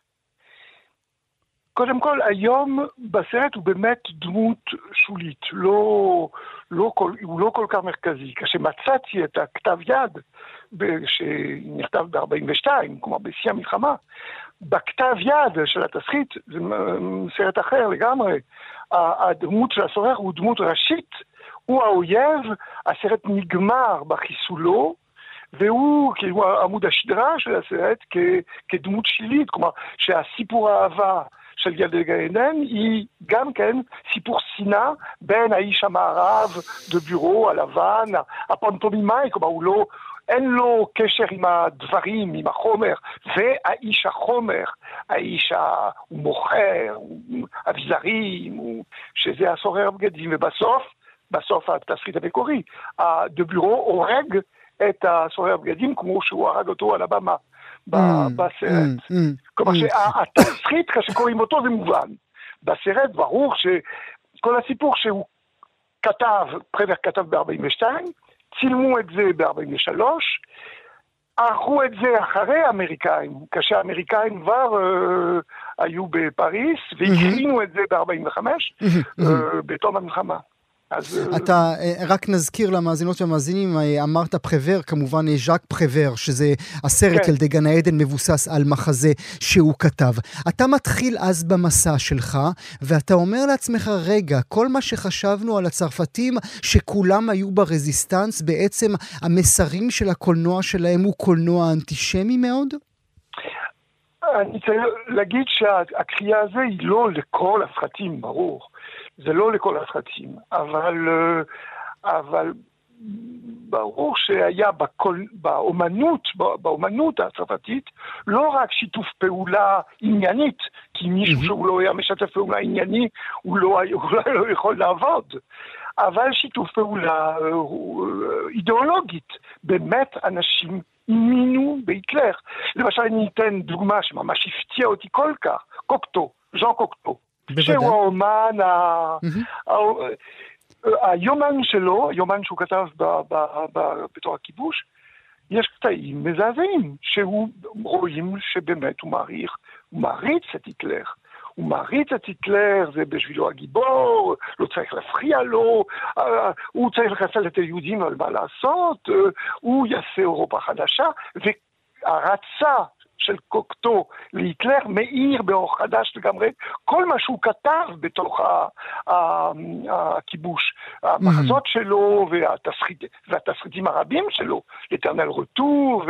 Speaker 7: קודם כל, היום בסרט הוא באמת דמות שולית, הוא לא כל כך מרכזי. כשמצאתי את הכתב יד, שנכתב ב-42, כלומר בשיא המלחמה, בכתב יד של התסריט, זה סרט אחר לגמרי, הדמות של הסוחר הוא דמות ראשית, הוא האויב, הסרט נגמר בחיסולו, והוא כאילו עמוד השדרה של הסרט כדמות שלילית, כלומר שהסיפור האהבה של ילדי גן עדן היא גם כן סיפור שנאה בין האיש המערב דבירו הלבן, הפנטומימאי, כלומר אין לו קשר עם הדברים, עם החומר, והאיש החומר, האיש הוא מוכר, הוא אביזרים, שזה הסורר בגדים, ובסוף התסריט המקורי, דבירו הורג את הסורר בגדים כמו שהוא הרג אותו על הבמה בסרט. כלומר שהתסריט כשקוראים אותו זה מובן. בסרט ברור שכל הסיפור שהוא כתב, פרבר כתב ב-42, צילמו את זה ב-43, ערכו את זה אחרי האמריקאים, כאשר האמריקאים כבר היו בפריס, והקרינו את זה ב-45, בתום המלחמה.
Speaker 2: אתה רק נזכיר למאזינות והמאזינים, אמרת פרוור, כמובן ז'אק פרוור, שזה הסרט ילדי גן העדן מבוסס על מחזה שהוא כתב. אתה מתחיל אז במסע שלך, ואתה אומר לעצמך, רגע, כל מה שחשבנו על הצרפתים, שכולם היו ברזיסטנס, בעצם המסרים של הקולנוע שלהם הוא קולנוע אנטישמי מאוד?
Speaker 7: אני צריך להגיד שהקריאה הזו היא לא לכל הסרטים, ברור. זה לא לכל הסרטים, אבל ברור שהיה באומנות הצרפתית לא רק שיתוף פעולה עניינית, כי מישהו שהוא לא היה משתף פעולה ענייני, הוא לא יכול לעבוד, אבל שיתוף פעולה אידיאולוגית. באמת אנשים האמינו בהיטלר. למשל אני אתן דוגמה שממש הפתיע אותי כל כך, קוקטו, ז'אן קוקטו. שהוא האומן, היומן שלו, היומן שהוא כתב בתור הכיבוש, יש קטעים מזעזעים, שהוא רואים שבאמת הוא מעריץ את היטלר. הוא מעריץ את היטלר, זה בשבילו הגיבור, לא צריך להפריע לו, הוא צריך לחסל את היהודים על מה לעשות, הוא יעשה אירופה חדשה, והרצה של קוקטו להיטלר מאיר באור חדש לגמרי כל מה שהוא כתב בתוך הכיבוש, המחזות שלו והתסריטים הרבים שלו, לטרנל רטור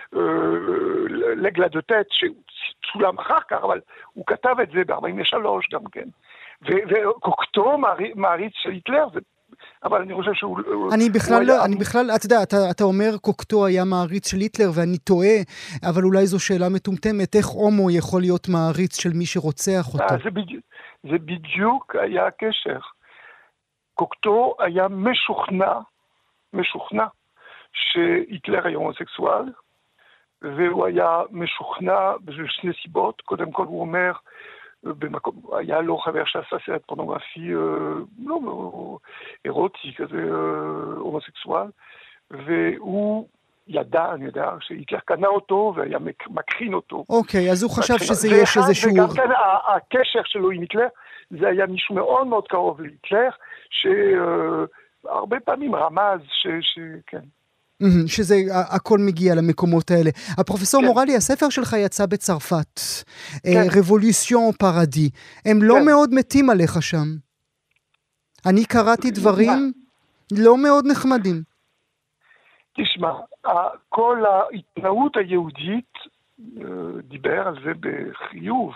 Speaker 7: ולגלדוטט שצולם אחר כך, אבל הוא כתב את זה ב-43 גם כן. וקוקטו מעריץ של היטלר, אבל אני חושב שהוא...
Speaker 2: אני בכלל, אתה יודע, אתה אומר קוקטו היה מעריץ של היטלר, ואני טועה, אבל אולי זו שאלה מטומטמת, איך הומו יכול להיות מעריץ של מי שרוצח אותו?
Speaker 7: זה בדיוק היה הקשר. קוקטו היה משוכנע שהיטלר היה הומוסקסואל, והוא היה משוכנע בשני סיבות. קודם כל הוא אומר, היה לו חבר שעשה סרט פורנוגרפי לא אירוטי כזה הומוסקסואל, והוא אני יודע שהיטלר קנה אותו והיה מקרין אותו.
Speaker 2: אוקיי, אז הוא חשב שזה יש איזשהו...
Speaker 7: וגם כן הקשר שלו עם היטלר, זה היה מישהו מאוד מאוד קרוב להיטלר, שהרבה פעמים רמז כן.
Speaker 2: שזה הכל מגיע למקומות האלה. הפרופסור מורלי, הספר שלך יצא בצרפת, רבולוציון פרדי. הם לא מאוד מתים עליך שם. אני קראתי דברים לא מאוד נחמדים.
Speaker 7: תשמע, כל ההתנאות היהודית דיבר על זה בחיוב,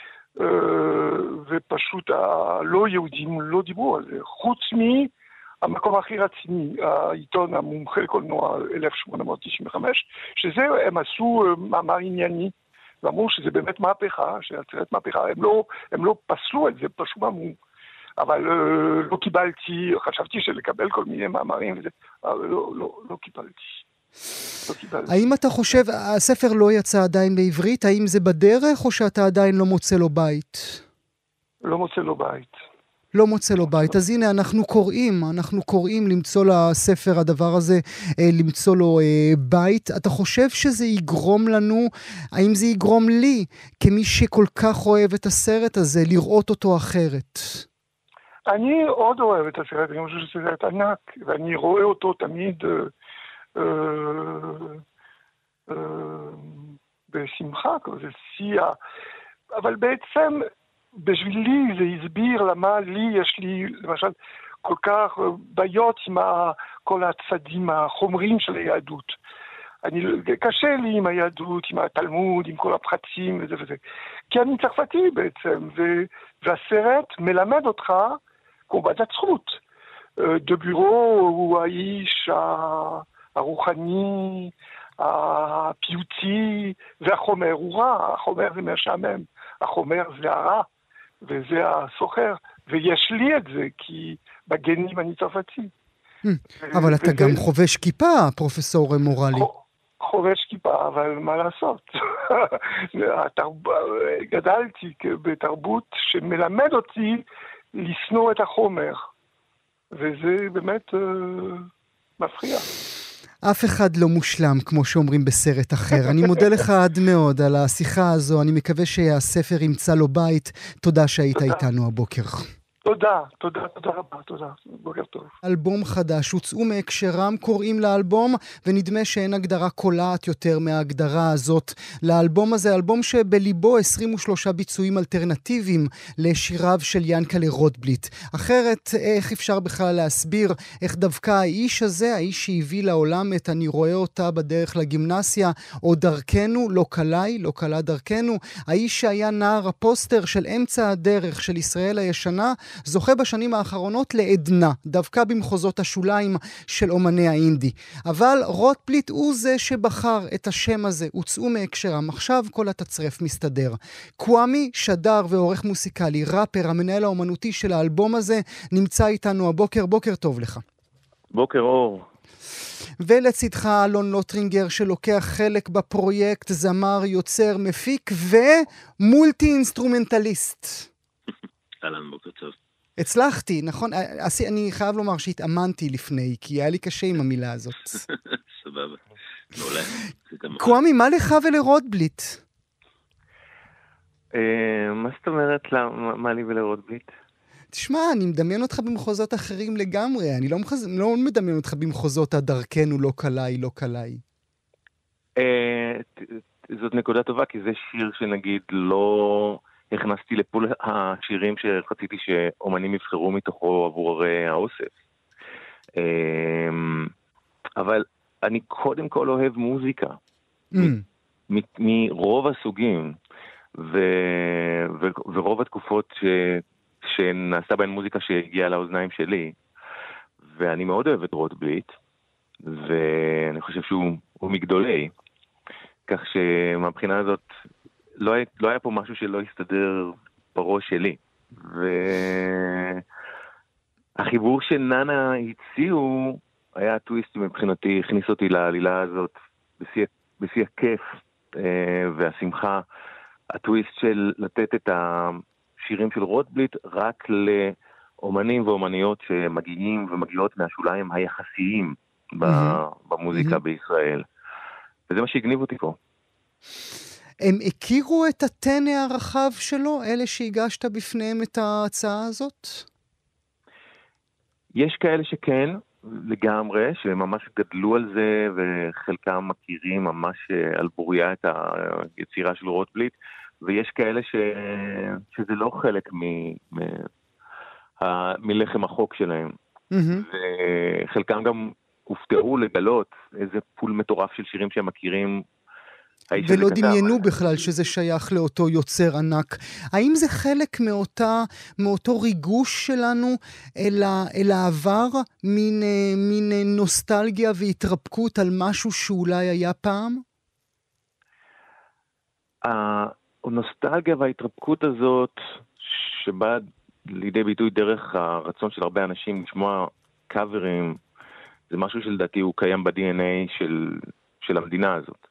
Speaker 7: ופשוט הלא יהודים לא דיברו על זה, חוץ המקום הכי רציני, העיתון המומחה לקולנוע 1895, שזה הם עשו מאמר ענייני, ואמרו שזה באמת מהפכה, שהצרת מהפכה, הם לא פסלו את זה, פשוט אמרו, אבל לא קיבלתי, חשבתי שלקבל כל מיני מאמרים וזה, אבל לא קיבלתי.
Speaker 2: האם אתה חושב, הספר לא יצא עדיין בעברית, האם זה בדרך או שאתה עדיין לא מוצא לו בית?
Speaker 7: לא מוצא לו בית.
Speaker 2: לא מוצא לו בית. אז הנה, אנחנו קוראים למצוא לספר הדבר הזה, למצוא לו בית. אתה חושב שזה יגרום לנו, האם זה יגרום לי, כמי שכל כך אוהב את הסרט הזה, לראות אותו אחרת?
Speaker 7: אני עוד אוהב את הסרט, אני חושב שזה סרט ענק, ואני רואה אותו תמיד בשמחה, כזה שיע. אבל בעצם... בשבילי זה הסביר למה יש לי, למשל, כל כך בעיות עם כל הצדים החומריים של היהדות. קשה לי עם היהדות, עם התלמוד, עם כל הפחצים וזה וזה. כי אני צרפתי בעצם, והסרט מלמד אותך קורבן עצרות. דה בירו הוא האיש הרוחני, הפיוטי, והחומר הוא רע, החומר זה משעמם, החומר זה הרע, וזה הסוחר, ויש לי את זה, כי בגנים אני צרפתי.
Speaker 2: אבל אתה גם חובש כיפה, פרופסור מורלי.
Speaker 7: חובש כיפה, אבל מה לעשות? גדלתי בתרבות שמלמד אותי לשנוא את החומר, וזה באמת מפריע.
Speaker 2: אף אחד לא מושלם, כמו שאומרים בסרט אחר. אני מודה לך עד מאוד על השיחה הזו, אני מקווה שהספר ימצא לו בית. תודה שהיית איתנו הבוקר.
Speaker 7: תודה רבה, תודה. בוקר טוב.
Speaker 2: אלבום חדש, הוצאו מהקשרם, קוראים לאלבום, ונדמה שאין הגדרה קולעת יותר מההגדרה הזאת לאלבום הזה, אלבום שבליבו 23 ביצועים אלטרנטיביים לשיריו של ינקלה רוטבליט. אחרת, איך אפשר בכלל להסביר איך דווקא האיש הזה, האיש שהביא לעולם את אני רואה אותה בדרך לגימנסיה, או דרכנו, לא קלה דרכנו, האיש שהיה נער הפוסטר של אמצע הדרך של ישראל הישנה, זוכה בשנים האחרונות לעדנה, דווקא במחוזות השוליים של אומני האינדי. אבל רוטבליט הוא זה שבחר את השם הזה, הוצאו מהקשרם, עכשיו כל התצרף מסתדר. קוואמי, שדר ועורך מוסיקלי, ראפר, המנהל האומנותי של האלבום הזה, נמצא איתנו הבוקר. בוקר טוב לך.
Speaker 8: בוקר אור.
Speaker 2: ולצדך אלון לוטרינגר שלוקח חלק בפרויקט, זמר, יוצר, מפיק ומולטי אינסטרומנטליסט.
Speaker 8: אהלן, בוקר טוב.
Speaker 2: הצלחתי, נכון? אני חייב לומר שהתאמנתי לפני, כי היה לי קשה עם המילה הזאת.
Speaker 8: סבבה. מעולה.
Speaker 2: קוואמי, מה לך ולרוטבליט?
Speaker 8: מה זאת אומרת? מה לי ולרוטבליט?
Speaker 2: תשמע, אני מדמיין אותך במחוזות אחרים לגמרי. אני לא מדמיין אותך במחוזות הדרכנו, לא קלעי.
Speaker 8: זאת נקודה טובה, כי זה שיר שנגיד לא הכנסתי לפול השירים שרציתי שאומנים יבחרו מתוכו עבור האוסף. אבל אני קודם כל אוהב מוזיקה. מרוב הסוגים, ורוב התקופות שנעשה בהן מוזיקה שהגיעה לאוזניים שלי, ואני מאוד אוהב את רוטבליט, ואני חושב שהוא מגדולי, כך שמבחינה הזאת לא היה פה משהו שלא הסתדר בראש שלי. והחיבור שננה הציעו היה טוויסט מבחינתי, הכניס אותי לעלילה הזאת בשיא הכיף והשמחה. הטוויסט של לתת את השירים של רוטבליט רק לאומנים ואומניות שמגיעים ומגיעות מהשוליים היחסיים במוזיקה בישראל. וזה מה שהגניב אותי פה.
Speaker 2: הם הכירו את הטנא הרחב שלו, אלה שהגשת בפניהם את ההצעה הזאת?
Speaker 8: יש כאלה שכן, לגמרי, שממש גדלו על זה, וחלקם מכירים ממש על בוריה את היצירה של רוטבליט, ויש כאלה שזה לא חלק מלחם החוק שלהם. וחלקם גם הופתעו לגלות איזה פול מטורף של שירים שהם מכירים,
Speaker 2: ולא דמיינו בכלל שזה שייך לאותו יוצר ענק. האם זה חלק מאותו ריגוש שלנו אל העבר, מין נוסטלגיה והתרפקות על משהו שאולי היה פעם?
Speaker 8: הנוסטלגיה וההתרפקות הזאת, שבאה לידי ביטוי דרך הרצון של הרבה אנשים לשמוע קאברים, זה משהו שלדעתי הוא קיים ב-DNA של המדינה הזאת.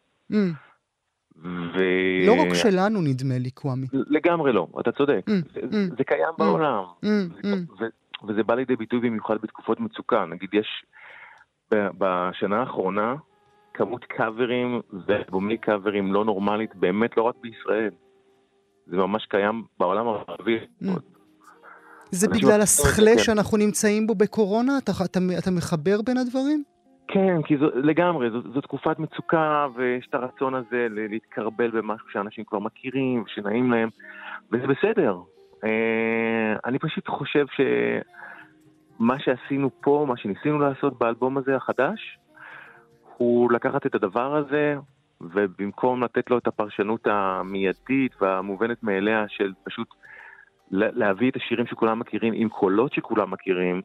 Speaker 2: לא רק שלנו נדמה לי, קוואמי.
Speaker 8: לגמרי לא, אתה צודק. זה קיים בעולם. וזה בא לידי ביטוי במיוחד בתקופות מצוקה. נגיד יש בשנה האחרונה כמות קאברים ואלבומי קאברים לא נורמלית, באמת לא רק בישראל. זה ממש קיים בעולם הערבי.
Speaker 2: זה בגלל השכלה שאנחנו נמצאים בו בקורונה? אתה מחבר בין הדברים?
Speaker 8: כן, כי לגמרי, זו תקופת מצוקה, ויש את הרצון הזה להתקרבל במשהו שאנשים כבר מכירים, ושנעים להם, וזה בסדר. אני פשוט חושב שמה שעשינו פה, מה שניסינו לעשות באלבום הזה החדש, הוא לקחת את הדבר הזה, ובמקום לתת לו את הפרשנות המיידית והמובנת מאליה של פשוט להביא את השירים שכולם מכירים, עם קולות שכולם מכירים,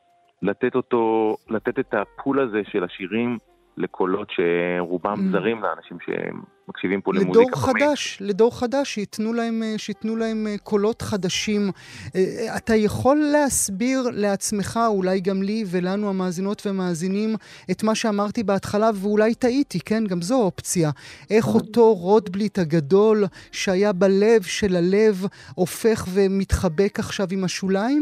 Speaker 8: לתת את הפול הזה של השירים לקולות שרובם זרים לאנשים שמקשיבים פה למוזיקה חמית.
Speaker 2: לדור חדש, שיתנו להם קולות חדשים. אתה יכול להסביר לעצמך, אולי גם לי ולנו המאזינות ומאזינים, את מה שאמרתי בהתחלה, ואולי טעיתי, כן? גם זו אופציה. איך אותו רוטבליט הגדול שהיה בלב של הלב, הופך ומתחבק עכשיו עם השוליים?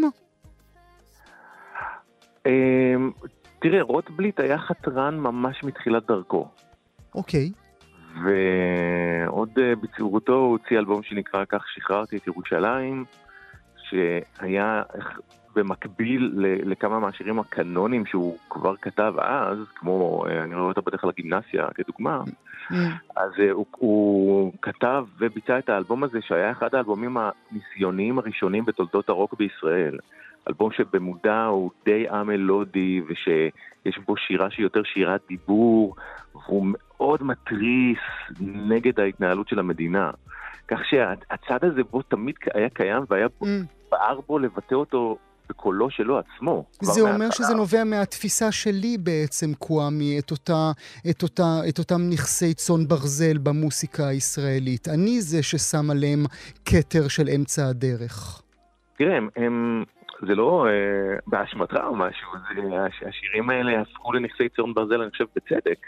Speaker 8: תראה, רוטבליט היה חתרן ממש מתחילת דרכו.
Speaker 2: אוקיי.
Speaker 8: ועוד בצעירותו הוא הוציא אלבום שנקרא כך שחררתי את ירושלים, שהיה במקביל לכמה מהשירים הקנונים שהוא כבר כתב אז, כמו אני רואה אותה בדרך כלל הגימנסיה כדוגמה, אז הוא כתב וביצע את האלבום הזה שהיה אחד האלבומים הניסיוניים הראשונים בתולדות הרוק בישראל. אלבום שבמודע הוא די א-מלודי, ושיש בו שירה שהיא יותר שירת דיבור, והוא מאוד מטריס נגד ההתנהלות של המדינה. כך שהצד הזה בו תמיד היה קיים, והיה בער בו לבטא אותו בקולו שלו עצמו.
Speaker 2: זה אומר שזה נובע מהתפיסה שלי בעצם, קוואמי, את אותם נכסי צאן ברזל במוסיקה הישראלית. אני זה ששם עליהם כתר של אמצע הדרך.
Speaker 8: תראה, זה לא באשמתך או משהו, השירים האלה הפכו לנכסי צאן ברזל, אני חושב, בצדק.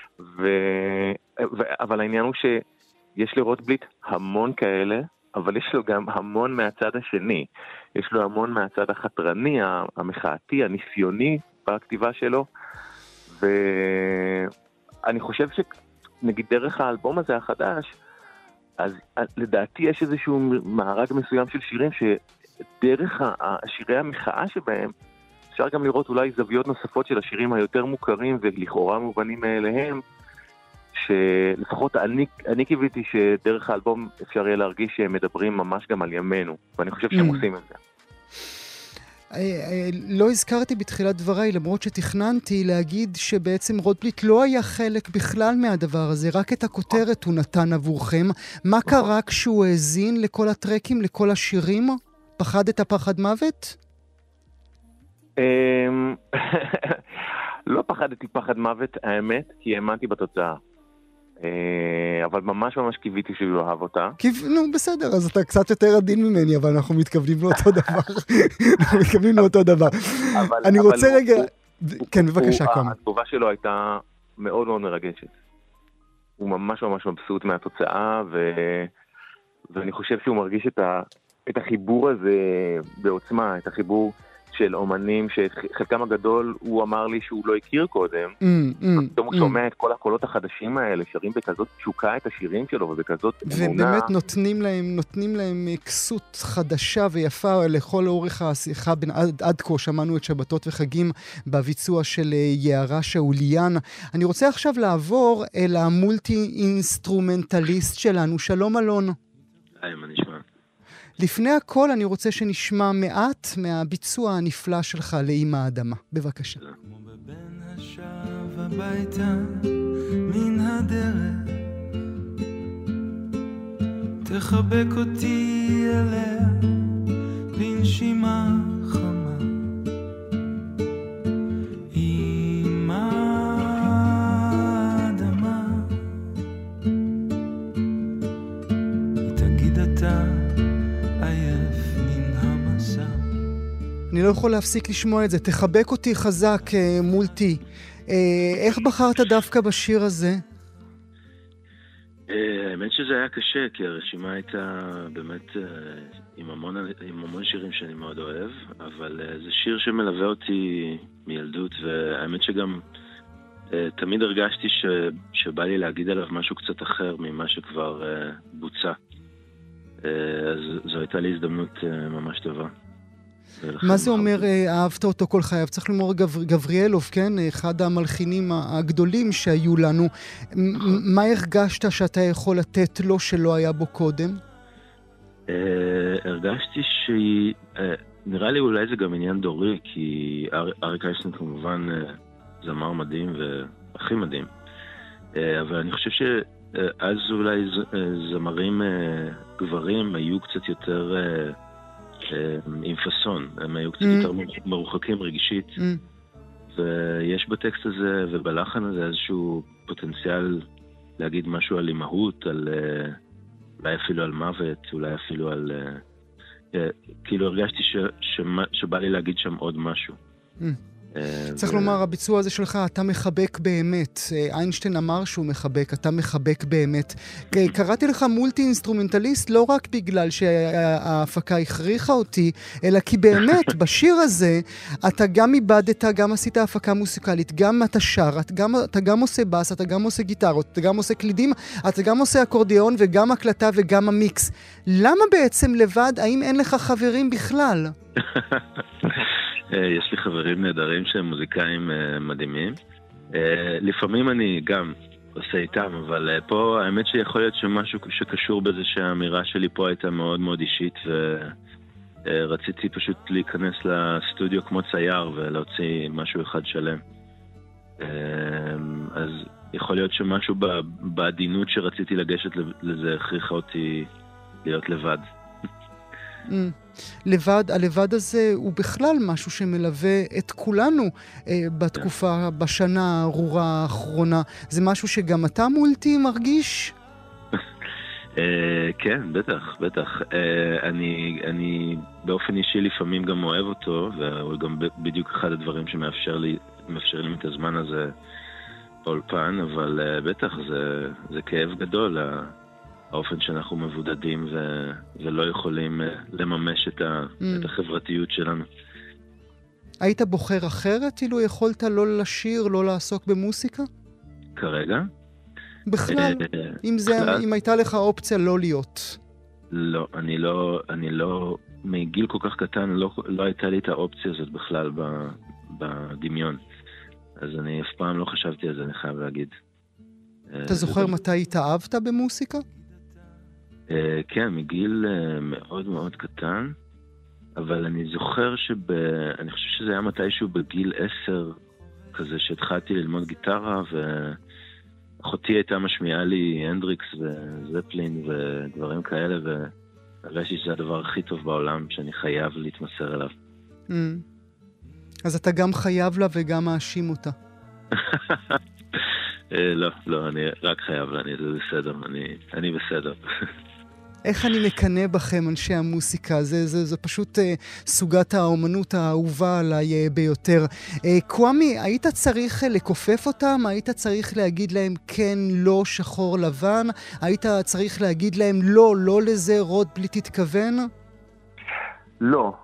Speaker 8: אבל העניין הוא שיש לרוטבליט המון כאלה, אבל יש לו גם המון מהצד השני. יש לו המון מהצד החתרני, המחאתי, הניסיוני בכתיבה שלו. ואני חושב שנגיד דרך האלבום הזה החדש, אז לדעתי יש איזשהו מארג מסוים של שירים דרך השירי המחאה שבהם אפשר גם לראות אולי זוויות נוספות של השירים היותר מוכרים ולכאורה מובנים מאליהם, שלפחות אני קיוויתי שדרך האלבום אפשר יהיה להרגיש שהם מדברים ממש גם על ימינו, ואני חושב שהם עושים את זה.
Speaker 2: לא הזכרתי בתחילת דבריי, למרות שתכננתי להגיד שבעצם רוטבליט לא היה חלק בכלל מהדבר הזה, רק את הכותרת הוא נתן עבורכם. מה קרה כשהוא האזין לכל הטרקים, לכל השירים? פחדת פחד מוות?
Speaker 8: לא פחדתי פחד מוות, האמת, כי האמנתי בתוצאה. אבל ממש ממש קיוויתי שהוא לא אהב אותה.
Speaker 2: נו, בסדר, אז אתה קצת יותר עדין ממני, אבל אנחנו מתכוונים לאותו דבר. אני רוצה רגע... כן, בבקשה, כמה.
Speaker 8: התגובה שלו הייתה מאוד מאוד מרגשת. הוא ממש ממש מבסוט מהתוצאה, ואני חושב שהוא מרגיש את החיבור הזה בעוצמה, את החיבור של אומנים שחלקם הגדול הוא אמר לי שהוא לא הכיר קודם. פתאום הוא שומע את כל הקולות החדשים האלה, שרים בכזאת תשוקה את השירים שלו ובכזאת אמונה.
Speaker 2: ובאמת נותנים להם כסות חדשה ויפה לכל אורך השיחה בין עד כה. שמענו את שבתות וחגים בביצוע של יערה שאוליאן. אני רוצה עכשיו לעבור אל המולטי אינסטרומנטליסט שלנו. שלום אלון.
Speaker 9: היי, מה נשמע?
Speaker 2: לפני הכל אני רוצה שנשמע מעט מהביצוע הנפלא שלך לאמא האדמה. בבקשה.
Speaker 10: כמו בבן השב הביתה מן הדרך, תחבק אותי אליה בנשימה חמה. אמא האדמה, היא תגיד אתה
Speaker 2: אני לא יכול להפסיק לשמוע את זה. תחבק אותי חזק, מולטי. איך בחרת דווקא בשיר הזה?
Speaker 9: האמת שזה היה קשה, כי הרשימה הייתה באמת עם המון שירים שאני מאוד אוהב, אבל זה שיר שמלווה אותי מילדות, והאמת שגם תמיד הרגשתי שבא לי להגיד עליו משהו קצת אחר ממה שכבר בוצע. אז זו הייתה לי הזדמנות ממש טובה.
Speaker 2: מה זה אומר אהבת אותו כל חייו? צריך לומר גבריאלוב, כן? אחד המלחינים הגדולים שהיו לנו. מה הרגשת שאתה יכול לתת לו שלא היה בו קודם?
Speaker 9: הרגשתי נראה לי אולי זה גם עניין דורי, כי אריק איינשטיין כמובן זמר מדהים והכי מדהים. אבל אני חושב שאז אולי זמרים גברים היו קצת יותר עם פסון, הם היו קצת יותר מרוחקים רגשית, ויש בטקסט הזה ובלחן הזה איזשהו פוטנציאל להגיד משהו על אימהות, אולי אפילו על מוות, אולי אפילו על... כאילו הרגשתי שבא לי להגיד שם עוד משהו.
Speaker 2: צריך לומר, הביצוע הזה שלך, אתה מחבק באמת. איינשטיין אמר שהוא מחבק, אתה מחבק באמת. קראתי לך מולטי אינסטרומנטליסט לא רק בגלל שההפקה הכריחה אותי, אלא כי באמת בשיר הזה אתה גם איבדת, גם עשית הפקה מוסיקלית, גם אתה שר, אתה גם עושה בס, אתה גם עושה גיטרות, אתה גם עושה קלידים, אתה גם עושה אקורדיון וגם הקלטה וגם המיקס. למה בעצם לבד? האם אין לך חברים בכלל?
Speaker 9: יש לי חברים נהדרים שהם מוזיקאים מדהימים. לפעמים אני גם עושה איתם, אבל פה האמת שיכול להיות שמשהו שקשור בזה שהאמירה שלי פה הייתה מאוד מאוד אישית, ורציתי פשוט להיכנס לסטודיו כמו צייר ולהוציא משהו אחד שלם. אז יכול להיות שמשהו בעדינות שרציתי לגשת לזה הכריחה אותי להיות לבד.
Speaker 2: הלבד הזה הוא בכלל משהו שמלווה את כולנו בתקופה, בשנה הארורה האחרונה. זה משהו שגם אתה מולטי מרגיש?
Speaker 9: כן, בטח. אני באופן אישי לפעמים גם אוהב אותו, והוא גם בדיוק אחד הדברים שמאפשרים לי את הזמן הזה באולפן, אבל בטח זה כאב גדול, האופן שאנחנו מבודדים ולא יכולים לממש את החברתיות שלנו.
Speaker 2: היית בוחר אחרת? אילו יכולת לא לשיר, לא לעסוק במוסיקה?
Speaker 9: כרגע?
Speaker 2: בכלל, אם הייתה לך אופציה לא להיות.
Speaker 9: לא, אני לא, מגיל כל כך קטן לא הייתה לי את האופציה הזאת בכלל בדמיון. אז אני אף פעם לא חשבתי על זה, אני חייב להגיד.
Speaker 2: אתה זוכר מתי התאהבת במוסיקה?
Speaker 9: כן, מגיל מאוד מאוד קטן, אבל אני זוכר אני חושב שזה היה מתישהו בגיל 10 כזה שהתחלתי ללמוד גיטרה, ואחותי הייתה משמיעה לי הנדריקס וזפלין ודברים כאלה, והרגשתי שזה הדבר הכי טוב בעולם שאני חייב להתמסר אליו.
Speaker 2: אז אתה גם חייב לה וגם מאשים אותה.
Speaker 9: לא, אני רק חייב לה, זה בסדר, אני בסדר.
Speaker 2: איך אני מקנה בכם, אנשי המוסיקה? זה פשוט סוגת האומנות האהובה עליי ביותר. קוואמי, היית צריך לכופף אותם? היית צריך להגיד להם כן, לא, שחור, לבן? היית צריך להגיד להם לא לזה, רוד בלי תתכוון?
Speaker 8: לא.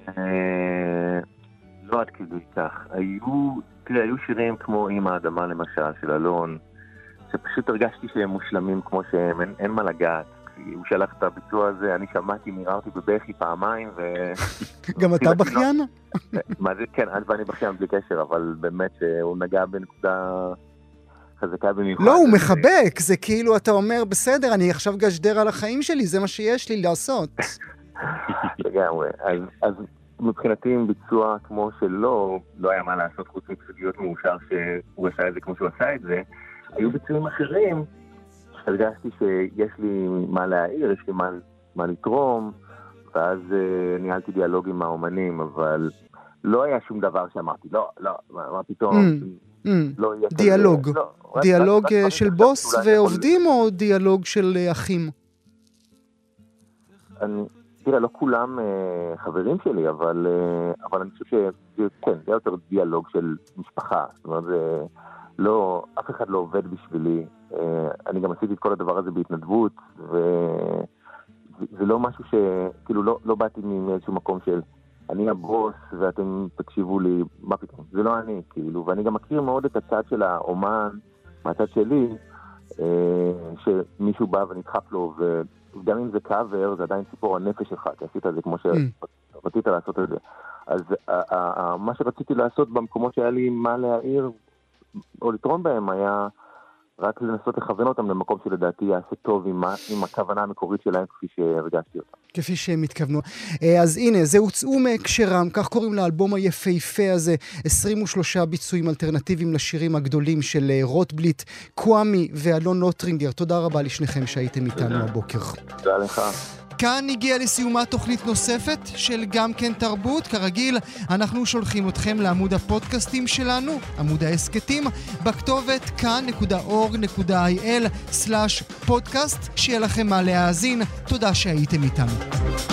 Speaker 8: לא עד כדי כך. היו שירים כמו עם האדמה למשל, של אלון, שפשוט הרגשתי שהם מושלמים כמו שהם, אין מה לגעת. הוא שלח את הביצוע הזה, אני שמעתי, נראה אותי בבכי פעמיים,
Speaker 2: גם אתה בכיין?
Speaker 8: מה זה? כן, ואני בכיין בלי קשר, אבל באמת הוא נגע בנקודה חזקה במיוחד.
Speaker 2: לא, הוא מחבק, זה כאילו אתה אומר, בסדר, אני עכשיו גשדר על החיים שלי, זה מה שיש לי לעשות.
Speaker 8: לגמרי, אז מבחינתי עם ביצוע כמו שלא היה מה לעשות חוץ מפסוגיות מאושר שהוא עשה את זה כמו שהוא עשה את זה, היו ביצועים אחרים, הרגשתי שיש לי מה להעיר, יש לי מה לתרום, ואז ניהלתי דיאלוג עם האומנים, אבל לא היה שום דבר שאמרתי, לא, מה פתאום, לא יהיה
Speaker 2: דיאלוג, דיאלוג של בוס ועובדים או דיאלוג של אחים?
Speaker 8: תראה, לא כולם חברים שלי, אבל אני חושב שזה כן, זה יותר דיאלוג של משפחה, זאת אומרת, לא, אף אחד לא עובד בשבילי, אני גם עשיתי את כל הדבר הזה בהתנדבות, וזה לא משהו כאילו לא באתי מאיזשהו מקום של אני הבוס ואתם תקשיבו לי, מה פתאום, זה לא אני, כאילו, ואני גם מכיר מאוד את הצד של האומן, מהצד שלי, שמישהו בא ונדחף לו, וגם אם זה קאבר, זה עדיין ציפור הנפש שלך, כי עשית את זה כמו שרצית לעשות את זה. אז מה שרציתי לעשות במקומות שהיה לי מה להעיר, או לתרום בהם, היה רק לנסות לכוון אותם למקום שלדעתי יעשה טוב עם הכוונה המקורית שלהם כפי שהרגשתי אותם.
Speaker 2: כפי שהם התכוונו. אז הנה, זה הוצאו מהקשרם, כך קוראים לאלבום היפהפה הזה, 23 ביצועים אלטרנטיביים לשירים הגדולים של רוטבליט, קוואמי ואלון נוטרינגר. תודה רבה לשניכם שהייתם איתנו הבוקר.
Speaker 8: תודה לך.
Speaker 2: כאן הגיעה לסיומה תוכנית נוספת של גם כן תרבות. כרגיל, אנחנו שולחים אתכם לעמוד הפודקאסטים שלנו, עמוד העסקתים, בכתובת כאן.org.il/podcast. שיהיה לכם מה להאזין. תודה שהייתם איתנו.